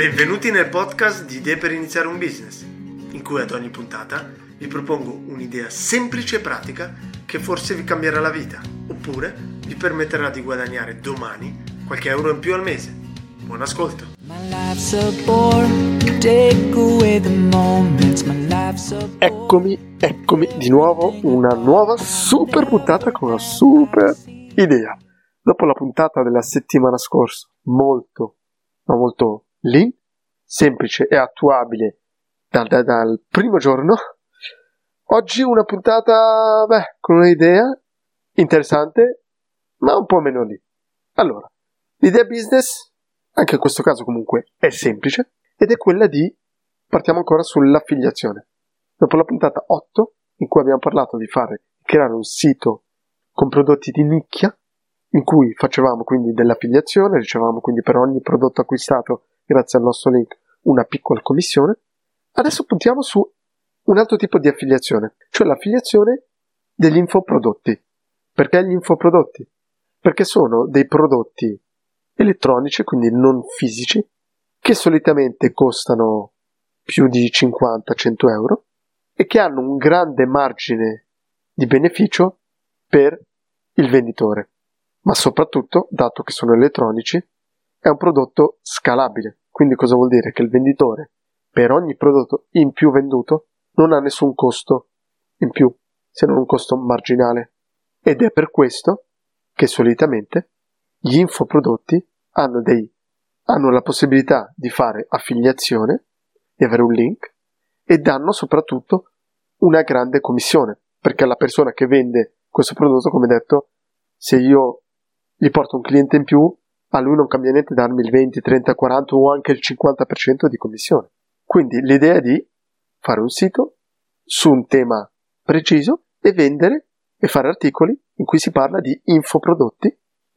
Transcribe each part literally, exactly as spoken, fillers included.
Benvenuti nel podcast di Idee per iniziare un business, in cui ad ogni puntata vi propongo un'idea semplice e pratica che forse vi cambierà la vita, oppure vi permetterà di guadagnare domani qualche euro in più al mese. Buon ascolto! Eccomi, eccomi di nuovo, una nuova super puntata con una super idea. Dopo la puntata della settimana scorsa, molto, ma molto lean, semplice e attuabile dal, dal, dal primo giorno, oggi una puntata, beh, con un'idea interessante, ma un po' meno lì. Allora, l'idea business, anche in questo caso comunque, è semplice, ed è quella di, partiamo ancora sull'affiliazione. Dopo la puntata otto, in cui abbiamo parlato di fare, creare un sito con prodotti di nicchia, in cui facevamo quindi dell'affiliazione, ricevavamo quindi per ogni prodotto acquistato, grazie al nostro link, una piccola commissione. Adesso puntiamo su un altro tipo di affiliazione, cioè l'affiliazione degli infoprodotti. Perché gli infoprodotti? Perché sono dei prodotti elettronici, quindi non fisici, che solitamente costano più di cinquanta cento euro e che hanno un grande margine di beneficio per il venditore. Ma soprattutto, dato che sono elettronici, è un prodotto scalabile. Quindi cosa vuol dire? Che il venditore, per ogni prodotto in più venduto, non ha nessun costo in più, se non un costo marginale. Ed è per questo che solitamente gli infoprodotti hanno, dei, hanno la possibilità di fare affiliazione, di avere un link, e danno soprattutto una grande commissione, perché la persona che vende questo prodotto, come detto, se io gli porto un cliente in più, a lui non cambia niente darmi il venti, trenta, quaranta o anche il cinquanta per cento di commissione. Quindi l'idea è di fare un sito su un tema preciso e vendere e fare articoli in cui si parla di infoprodotti,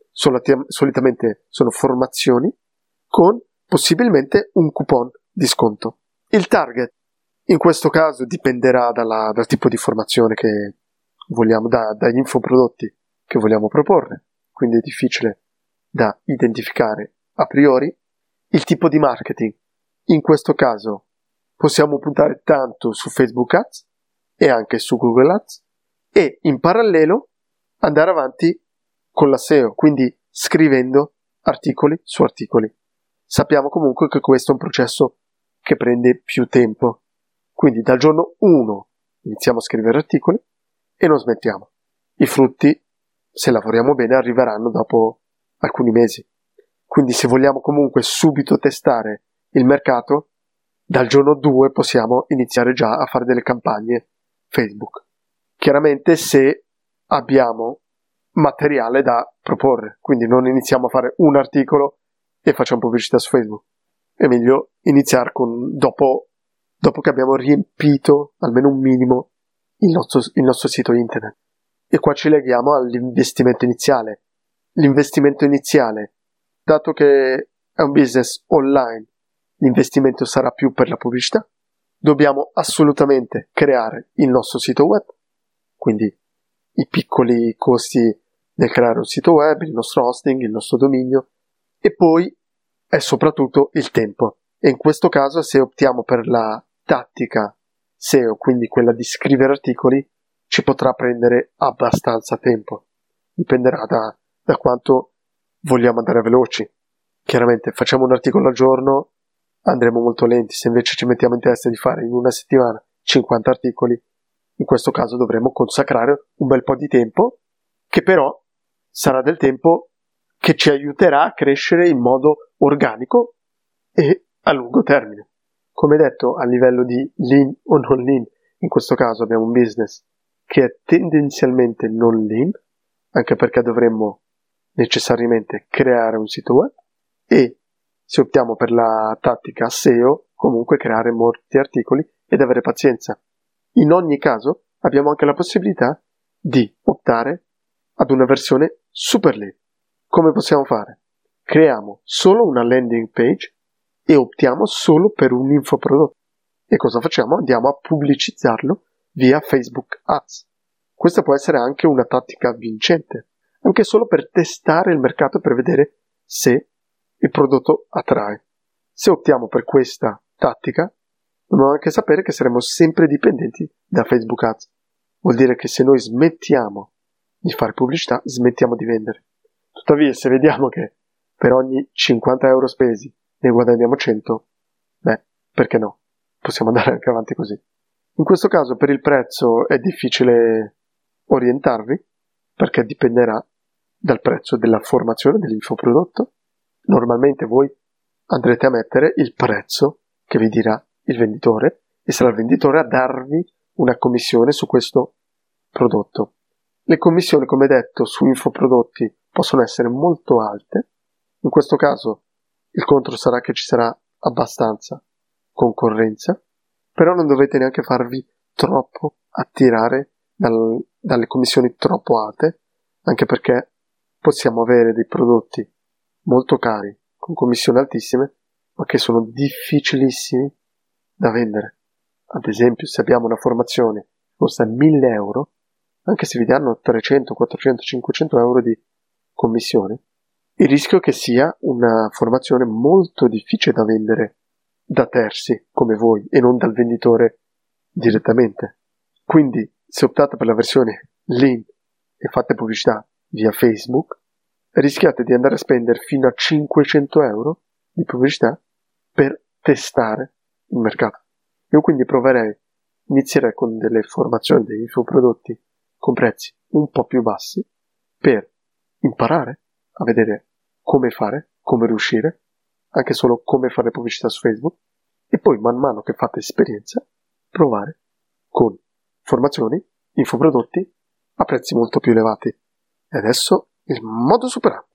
solitamente sono formazioni, con possibilmente un coupon di sconto. Il target in questo caso dipenderà dalla, dal tipo di formazione che vogliamo, da, dagli infoprodotti che vogliamo proporre. Quindi è difficile da identificare a priori. Il tipo di marketing, in questo caso possiamo puntare tanto su Facebook Ads e anche su Google Ads e in parallelo andare avanti con la S E O, quindi scrivendo articoli su articoli. Sappiamo comunque che questo è un processo che prende più tempo, quindi dal giorno uno iniziamo a scrivere articoli e non smettiamo. I frutti, se lavoriamo bene, arriveranno dopo alcuni mesi. Quindi se vogliamo comunque subito testare il mercato, dal giorno due possiamo iniziare già a fare delle campagne Facebook. Chiaramente se abbiamo materiale da proporre, quindi non iniziamo a fare un articolo e facciamo pubblicità su Facebook. È meglio iniziare con dopo, dopo che abbiamo riempito almeno un minimo il nostro, il nostro sito internet. E qua ci leghiamo all'investimento iniziale. L'investimento iniziale, dato che è un business online, l'investimento sarà più per la pubblicità. Dobbiamo assolutamente creare il nostro sito web, quindi i piccoli costi nel creare un sito web, il nostro hosting, il nostro dominio, e poi è soprattutto il tempo. E in questo caso, se optiamo per la tattica S E O, quindi quella di scrivere articoli, ci potrà prendere abbastanza tempo. Dipenderà da, da quanto vogliamo andare veloci. Chiaramente facciamo un articolo al giorno, andremo molto lenti. Se invece ci mettiamo in testa di fare in una settimana cinquanta articoli, in questo caso dovremo consacrare un bel po' di tempo, che però sarà del tempo che ci aiuterà a crescere in modo organico e a lungo termine. Come detto, a livello di lean o non lean, in questo caso abbiamo un business che è tendenzialmente non lean, anche perché dovremmo necessariamente creare un sito web e, se optiamo per la tattica S E O, comunque creare molti articoli ed avere pazienza. In ogni caso abbiamo anche la possibilità di optare ad una versione super lean. Come possiamo fare? Creiamo solo una landing page e optiamo solo per un infoprodotto. E cosa facciamo? Andiamo a pubblicizzarlo via Facebook Ads. Questa può essere anche una tattica vincente, anche solo per testare il mercato e per vedere se il prodotto attrae. Se optiamo per questa tattica, dobbiamo anche sapere che saremo sempre dipendenti da Facebook Ads. Vuol dire che se noi smettiamo di fare pubblicità, smettiamo di vendere. Tuttavia, se vediamo che per ogni cinquanta euro spesi ne guadagniamo cento, beh, perché no? Possiamo andare anche avanti così. In questo caso, per il prezzo è difficile orientarvi, perché dipenderà dal prezzo della formazione dell'infoprodotto. Normalmente voi andrete a mettere il prezzo che vi dirà il venditore e sarà il venditore a darvi una commissione su questo prodotto. Le commissioni, come detto, su infoprodotti possono essere molto alte. In questo caso il contro sarà che ci sarà abbastanza concorrenza, però non dovete neanche farvi troppo attirare dal, dalle commissioni troppo alte, anche perché possiamo avere dei prodotti molto cari con commissioni altissime, ma che sono difficilissimi da vendere. Ad esempio, se abbiamo una formazione che costa mille euro, anche se vi danno trecento, quattrocento, cinquecento euro di commissione, il rischio è che sia una formazione molto difficile da vendere da terzi come voi e non dal venditore direttamente. Quindi, se optate per la versione lean e fate pubblicità via Facebook, rischiate di andare a spendere fino a cinquecento euro di pubblicità per testare il mercato. Io quindi proverei, inizierei con delle formazioni degli infoprodotti con prezzi un po' più bassi per imparare a vedere come fare, come riuscire, anche solo come fare pubblicità su Facebook, e poi man mano che fate esperienza provare con formazioni, infoprodotti a prezzi molto più elevati. E adesso il modo superato.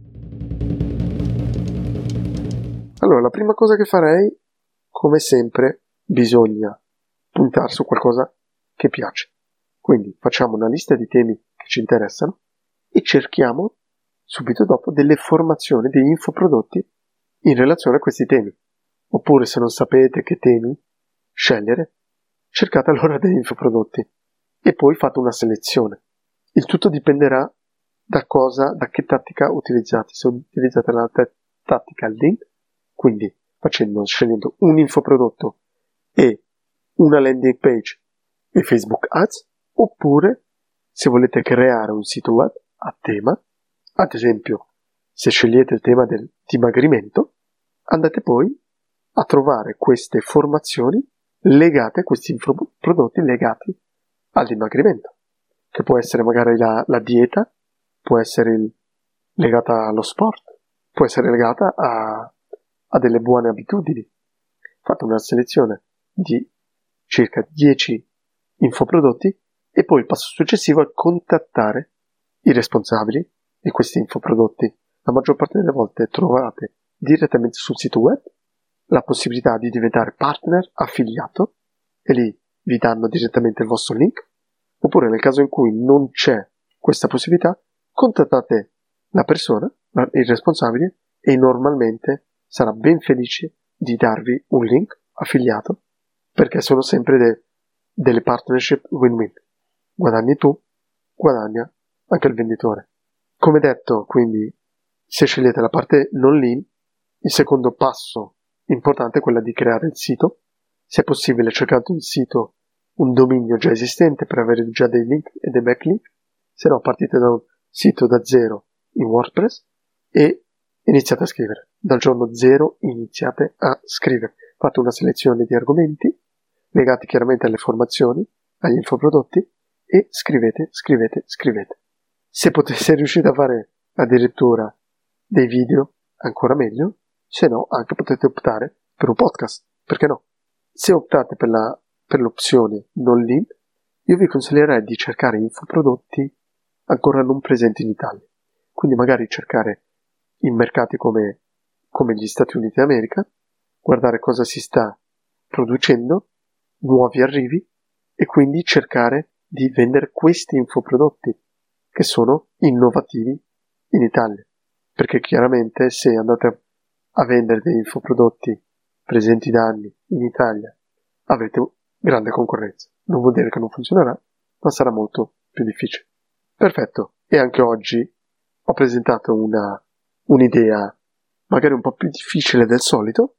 Allora, la prima cosa che farei, come sempre, bisogna puntare su qualcosa che piace. Quindi facciamo una lista di temi che ci interessano e cerchiamo subito dopo delle formazioni, degli infoprodotti in relazione a questi temi. Oppure, se non sapete che temi scegliere, cercate allora degli infoprodotti e poi fate una selezione. Il tutto dipenderà da cosa, da che tattica utilizzate. Se utilizzate la t- tattica lean, quindi facendo, scegliendo un infoprodotto e una landing page e Facebook Ads, oppure se volete creare un sito web a tema, ad esempio se scegliete il tema del dimagrimento, andate poi a trovare queste formazioni legate, questi infoprodotti legati al dimagrimento, che può essere magari la, la dieta, può essere il, legata allo sport, può essere legata a, a delle buone abitudini. Fate una selezione di circa dieci infoprodotti e poi il passo successivo è contattare i responsabili di questi infoprodotti. La maggior parte delle volte trovate direttamente sul sito web la possibilità di diventare partner affiliato e lì vi danno direttamente il vostro link, oppure nel caso in cui non c'è questa possibilità, contattate la persona, il responsabile, e normalmente sarà ben felice di darvi un link affiliato, perché sono sempre de- delle partnership win-win. Guadagni tu, guadagna anche il venditore. Come detto, quindi, se scegliete la parte non lean, il secondo passo importante è quello di creare il sito. Se è possibile, cercate un sito, un dominio già esistente per avere già dei link e dei backlink, se no partite da un sito da zero in WordPress e iniziate a scrivere. Dal giorno zero iniziate a scrivere. Fate una selezione di argomenti legati chiaramente alle formazioni, agli infoprodotti, e scrivete, scrivete, scrivete. Se potete, se riuscite a fare addirittura dei video, ancora meglio, se no anche potete optare per un podcast, perché no? Se optate per, la, per l'opzione non lean, io vi consiglierei di cercare infoprodotti ancora non presenti in Italia, quindi magari cercare in mercati come, come gli Stati Uniti d'America, guardare cosa si sta producendo, nuovi arrivi, e quindi cercare di vendere questi infoprodotti che sono innovativi in Italia, perché chiaramente se andate a, a vendere dei infoprodotti presenti da anni in Italia avrete grande concorrenza. Non vuol dire che non funzionerà, ma sarà molto più difficile. Perfetto, e anche oggi ho presentato una, un'idea magari un po' più difficile del solito,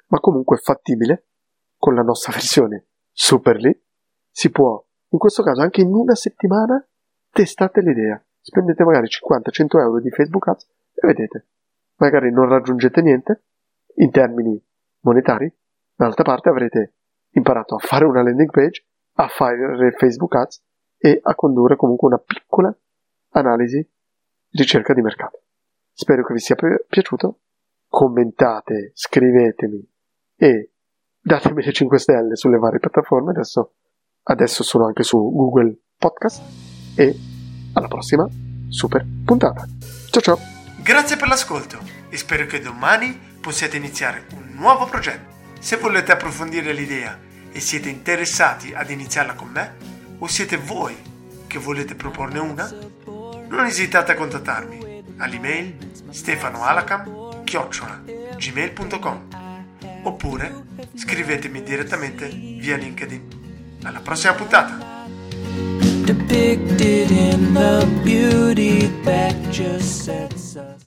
ma comunque fattibile. Con la nostra versione Superly si può, in questo caso anche in una settimana, testate l'idea. Spendete magari cinquanta cento euro di Facebook Ads e vedete, magari non raggiungete niente in termini monetari, dall'altra parte avrete imparato a fare una landing page, a fare Facebook Ads e a condurre comunque una piccola analisi, ricerca di mercato. Spero che vi sia pi- piaciuto. Commentate, scrivetemi e datemi le cinque stelle sulle varie piattaforme. Adesso, adesso sono anche su Google Podcast e alla prossima super puntata. Ciao ciao! Grazie per l'ascolto e spero che domani possiate iniziare un nuovo progetto. Se volete approfondire l'idea e siete interessati ad iniziarla con me, o siete voi che volete proporne una, non esitate a contattarmi all'email stefanoalacam chiocciola gmail punto com oppure scrivetemi direttamente via LinkedIn. Alla prossima puntata! Depicted in the beauty that just sets us